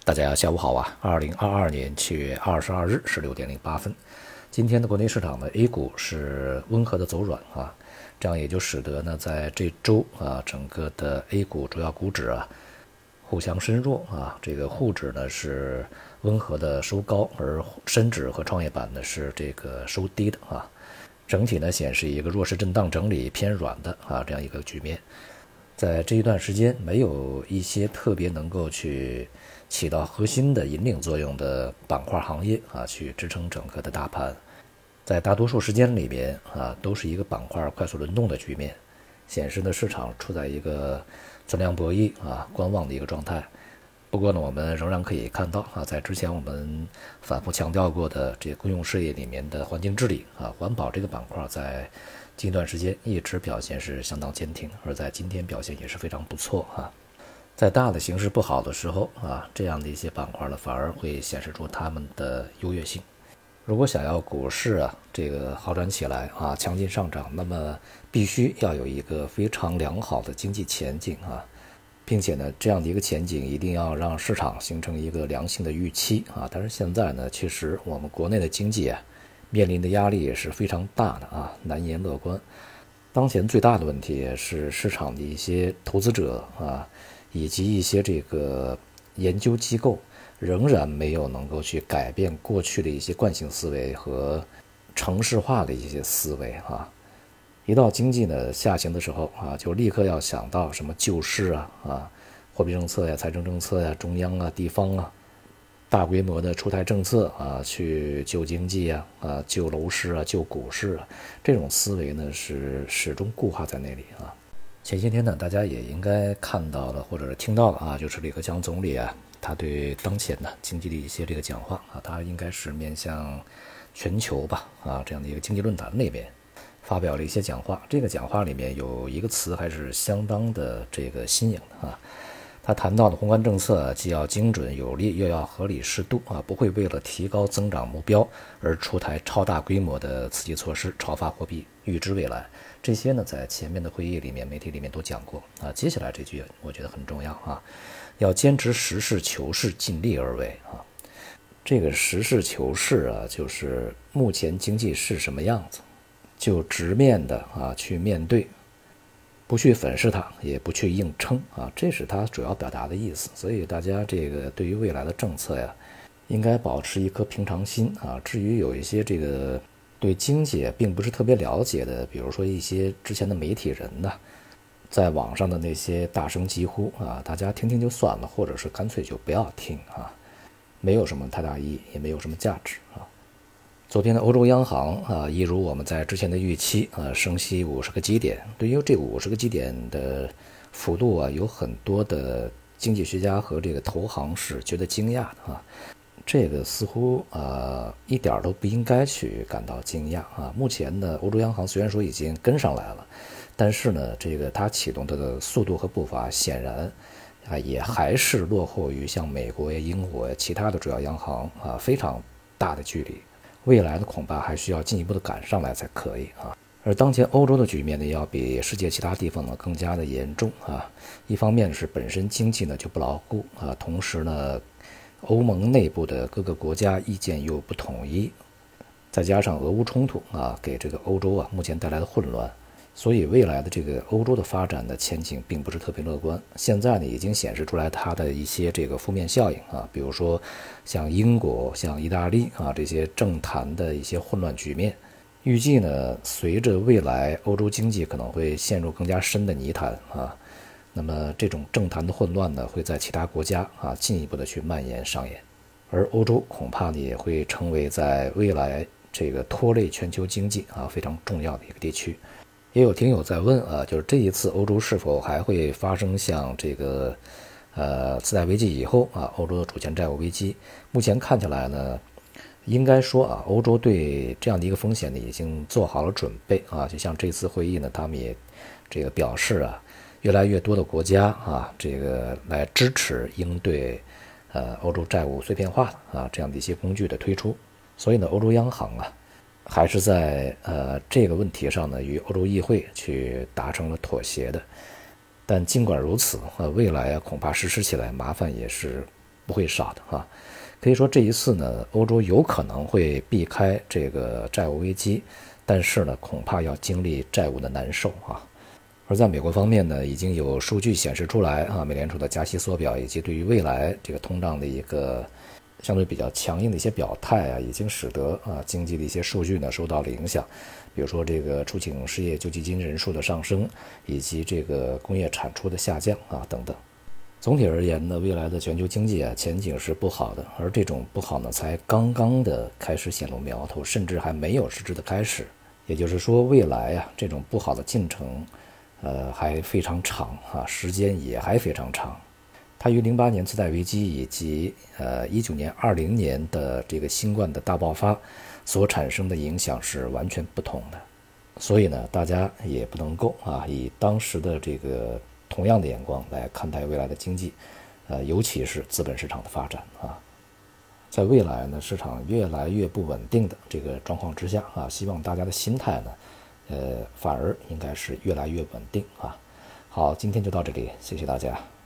大家下午好啊！2022年7月22日16:08。今天的国内市场呢 ，A 股是温和的走软啊，这样也就使得呢，在这周啊，整个的 A 股主要股指啊互相深弱啊，这个沪指呢是温和的收高，而深指和创业板呢是这个收低的啊，整体呢显示一个弱势震荡整理偏软的啊这样一个局面。在这一段时间，没有一些特别能够去起到核心的引领作用的板块行业啊，去支撑整个的大盘。在大多数时间里边啊，都是一个板块快速轮动的局面，显示呢市场处在一个存量博弈啊观望的一个状态。不过呢，我们仍然可以看到啊，在之前我们反复强调过的这个公用事业里面的环境治理啊，环保这个板块在近段时间一直表现是相当坚挺，而在今天表现也是非常不错啊。在大的形势不好的时候啊，这样的一些板块呢，反而会显示出它们的优越性。如果想要股市啊这个好转起来啊，强劲上涨，那么必须要有一个非常良好的经济前景啊，并且呢，这样的一个前景一定要让市场形成一个良性的预期啊。但是现在呢，确实我们国内的经济啊面临的压力也是非常大的啊，难言乐观。当前最大的问题是市场的一些投资者啊，以及一些这个研究机构仍然没有能够去改变过去的一些惯性思维和程式化的一些思维啊。一到经济呢下行的时候啊，就立刻要想到什么救市啊，货币政策呀、财政政策呀、中央啊、地方啊，大规模的出台政策啊，去救经济啊、救楼市啊、救股市啊，这种思维呢是始终固化在那里啊。前些天呢，大家也应该看到了或者是听到了啊，就是李克强总理啊，他对当前的经济的一些这个讲话啊，他应该是面向全球吧啊这样的一个经济论坛那边发表了一些讲话。这个讲话里面有一个词还是相当的这个新颖的啊，他谈到的宏观政策既要精准有力，又要合理适度啊，不会为了提高增长目标而出台超大规模的刺激措施，超发货币，预支未来。这些呢，在前面的会议里面、媒体里面都讲过啊。接下来这句我觉得很重要啊，要坚持实事求是，尽力而为啊。这个实事求是啊，就是目前经济是什么样子，就直面的啊去面对，不去粉饰它，也不去硬撑啊，这是他主要表达的意思。所以大家这个对于未来的政策呀，应该保持一颗平常心啊。至于有一些这个对经济并不是特别了解的，比如说一些之前的媒体人呢，在网上的那些大声疾呼啊，大家听听就算了，或者是干脆就不要听啊，没有什么太大意义，也没有什么价值啊。昨天的欧洲央行啊，一如我们在之前的预期啊，升息50个基点。对于这50个基点的幅度啊，有很多的经济学家和这个投行是觉得惊讶的啊。这个似乎一点都不应该去感到惊讶啊。目前呢，欧洲央行虽然说已经跟上来了，但是呢，这个它启动的速度和步伐显然啊，也还是落后于像美国呀、英国呀其他的主要央行啊非常大的距离。未来呢，恐怕还需要进一步的赶上来才可以啊。而当前欧洲的局面呢，要比世界其他地方呢更加的严重啊。一方面是本身经济呢就不牢固啊，同时呢，欧盟内部的各个国家意见又不统一，再加上俄乌冲突啊，给这个欧洲啊目前带来的混乱，所以未来的这个欧洲的发展的前景并不是特别乐观。现在呢，已经显示出来它的一些这个负面效应啊，比如说像英国、像意大利啊这些政坛的一些混乱局面。预计呢，随着未来欧洲经济可能会陷入更加深的泥潭啊。那么这种政坛的混乱呢，会在其他国家啊进一步的去蔓延上演，而欧洲恐怕呢也会成为在未来这个拖累全球经济啊非常重要的一个地区。也有听友在问啊，就是这一次欧洲是否还会发生像这个次贷危机以后啊欧洲的主权债务危机？目前看起来呢，应该说啊，欧洲对这样的一个风险呢已经做好了准备啊。就像这次会议呢，他们也这个表示啊，越来越多的国家啊，这个来支持应对欧洲债务碎片化啊这样的一些工具的推出。所以呢，欧洲央行啊，还是在这个问题上呢，与欧洲议会去达成了妥协的。但尽管如此未来恐怕实施起来麻烦也是不会少的啊。可以说这一次呢，欧洲有可能会避开这个债务危机，但是呢，恐怕要经历债务的难受啊。而在美国方面呢，已经有数据显示出来啊，美联储的加息缩表以及对于未来这个通胀的一个相对比较强硬的一些表态啊，已经使得经济的一些数据呢受到了影响，比如说这个出请失业救济金人数的上升，以及这个工业产出的下降啊等等。总体而言呢，未来的全球经济前景是不好的，而这种不好呢才刚刚的开始显露苗头，甚至还没有实质的开始。也就是说，未来这种不好的进程还非常长啊，时间也还非常长。它与08年次贷危机以及19年、20年的这个新冠的大爆发所产生的影响是完全不同的。所以呢，大家也不能够以当时的这个同样的眼光来看待未来的经济，尤其是资本市场的发展啊。在未来呢，市场越来越不稳定的这个状况之下希望大家的心态呢反而应该是越来越稳定啊。好，今天就到这里，谢谢大家。